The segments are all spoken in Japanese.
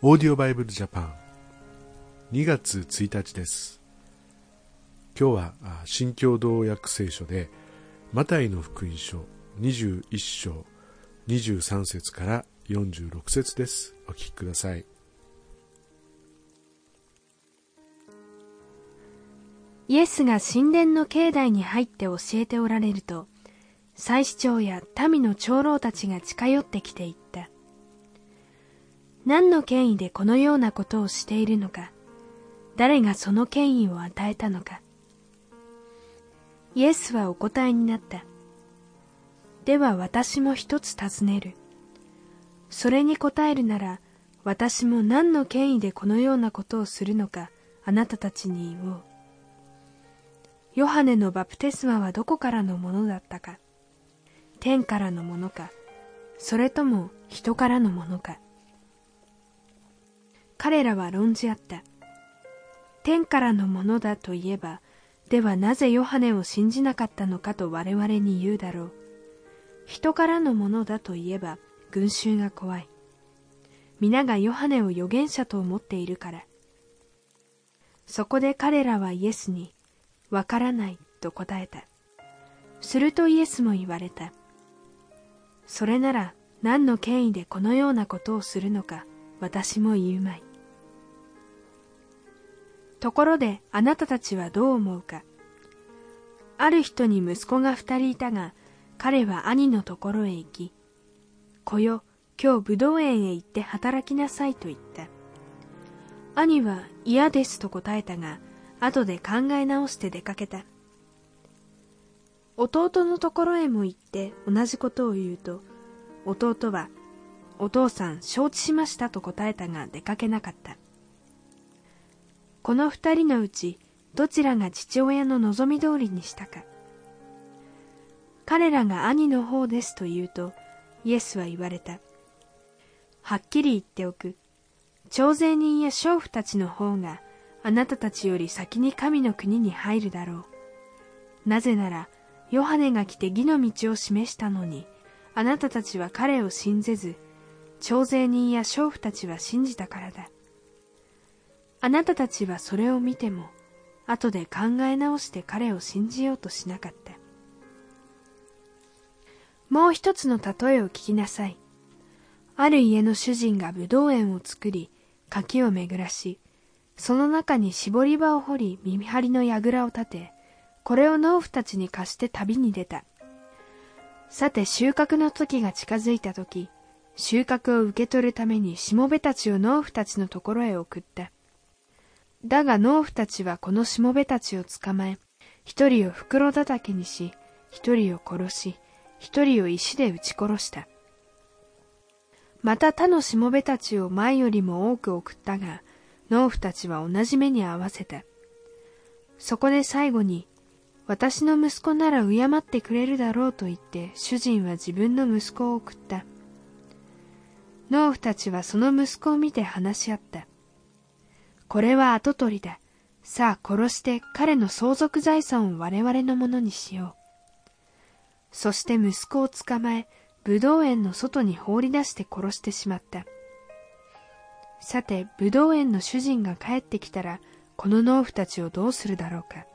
オーディオバイブルジャパン2月1日です。今日は新共同訳聖書でマタイの福音書21章23節から46節です。お聞きください。 イエスが神殿の境内に入って教えておられると、祭司長や民の長老たちが近寄ってきて言った。何の権威でこのようなことをしているのか、誰がその権威を与えたのか。イエスはお答えになった。では私も一つ尋ねる。それに答えるなら、私も何の権威でこのようなことをするのか、あなたたちに言おう。ヨハネのバプテスマはどこからのものだったか、天からのものか、それとも人からのものか。彼らは論じ合った。天からのものだといえば、ではなぜヨハネを信じなかったのかと我々に言うだろう。人からのものだといえば、群衆が怖い。皆がヨハネを預言者と思っているから。そこで彼らはイエスに、わからないと答えた。するとイエスも言われた。それなら何の権威でこのようなことをするのか、私も言うまい。ところであなたたちはどう思うか。ある人に息子が2人いたが、彼は兄のところへ行き、子よ、今日ぶどう園へ行って働きなさいと言った。兄は嫌ですと答えたが、後で考え直して出かけた。弟のところへも行って同じことを言うと、弟は、お父さん承知しましたと答えたが出かけなかった。この2人のうちどちらが父親の望み通りにしたか。彼らが兄の方ですと言うと、イエスは言われた。はっきり言っておく。徴税人や娼婦たちの方があなたたちより先に神の国に入るだろう。なぜならヨハネが来て義の道を示したのに、あなたたちは彼を信ぜず、徴税人や娼婦たちは信じたからだ。あなたたちはそれを見ても、後で考え直して彼を信じようとしなかった。もう一つの例えを聞きなさい。ある家の主人がぶどう園を作り、柿を巡らし、その中に絞り場を掘り、見張りの櫓を立て、これを農夫たちに貸して旅に出た。さて収穫の時が近づいた時、収穫を受け取るためにしもべたちを農夫たちのところへ送った。だが農夫たちはこのしもべたちを捕まえ、一人を袋叩きにし、一人を殺し、一人を石で撃ち殺した。また他のしもべたちを前よりも多く送ったが、農夫たちは同じ目に合わせた。そこで最後に、私の息子なら敬ってくれるだろうと言って主人は自分の息子を送った。農夫たちはその息子を見て話し合った。これは跡取りだ。さあ殺して彼の相続財産を我々のものにしよう。そして息子を捕まえ、ぶどう園の外に放り出して殺してしまった。さて、ぶどう園の主人が帰ってきたら、この農夫たちをどうするだろうか。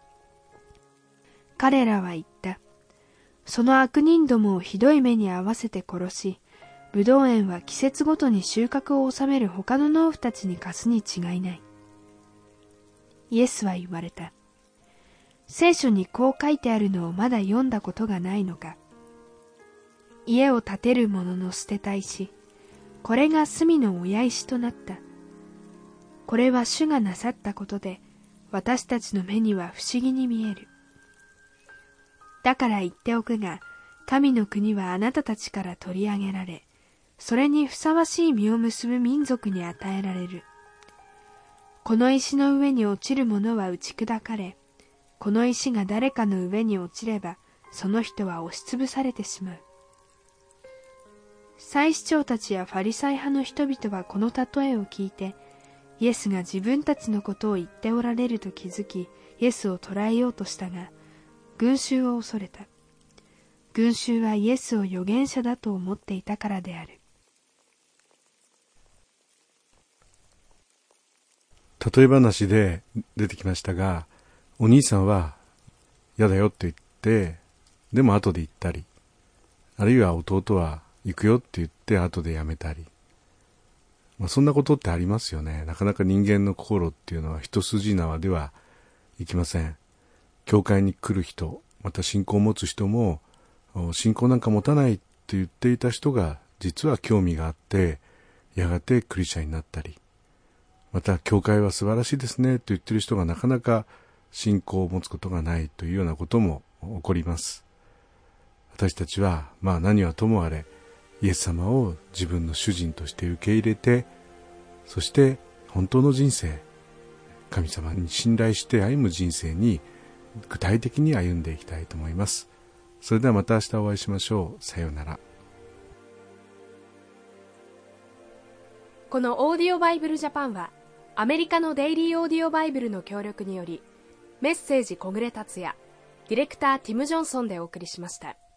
彼らは言った。その悪人どもをひどい目に遭わせて殺し、ぶどう園は季節ごとに収穫を収める他の農夫たちに貸すに違いない。イエスは言われた。聖書にこう書いてあるのをまだ読んだことがないのか。家を建てる者の捨てた石、これが隅の親石となった。これは主がなさったことで、私たちの目には不思議に見える。だから言っておくが、神の国はあなたたちから取り上げられ、それにふさわしい実を結ぶ民族に与えられる。この石の上に落ちる者は打ち砕かれ、この石が誰かの上に落ちれば、その人は押しつぶされてしまう。祭司長たちやファリサイ派の人々はこの例えを聞いて、イエスが自分たちのことを言っておられると気づき、イエスを捕らえようとしたが、群衆を恐れた。群衆はイエスを預言者だと思っていたからである。 例え話で出てきましたが、お兄さんは嫌だよって言って、でも後で行ったり、あるいは弟は行くよって言って後でやめたり、そんなことってありますよね。なかなか人間の心っていうのは一筋縄ではいきません。教会に来る人、また信仰を持つ人も、信仰なんか持たないって言っていた人が実は興味があって、やがてクリスチャンになったり、また教会は素晴らしいですねと言っている人がなかなか信仰を持つことがないというようなことも起こります。私たちは何はともあれイエス様を自分の主人として受け入れて、そして本当の人生、神様に信頼して歩む人生に具体的に歩んでいきたいと思います。それではまた明日お会いしましょう。さようなら。 このオーディオバイブルジャパンはアメリカのデイリーオーディオバイブルの協力により、メッセージ小暮達也、ディレクターティム・ジョンソンでお送りしました。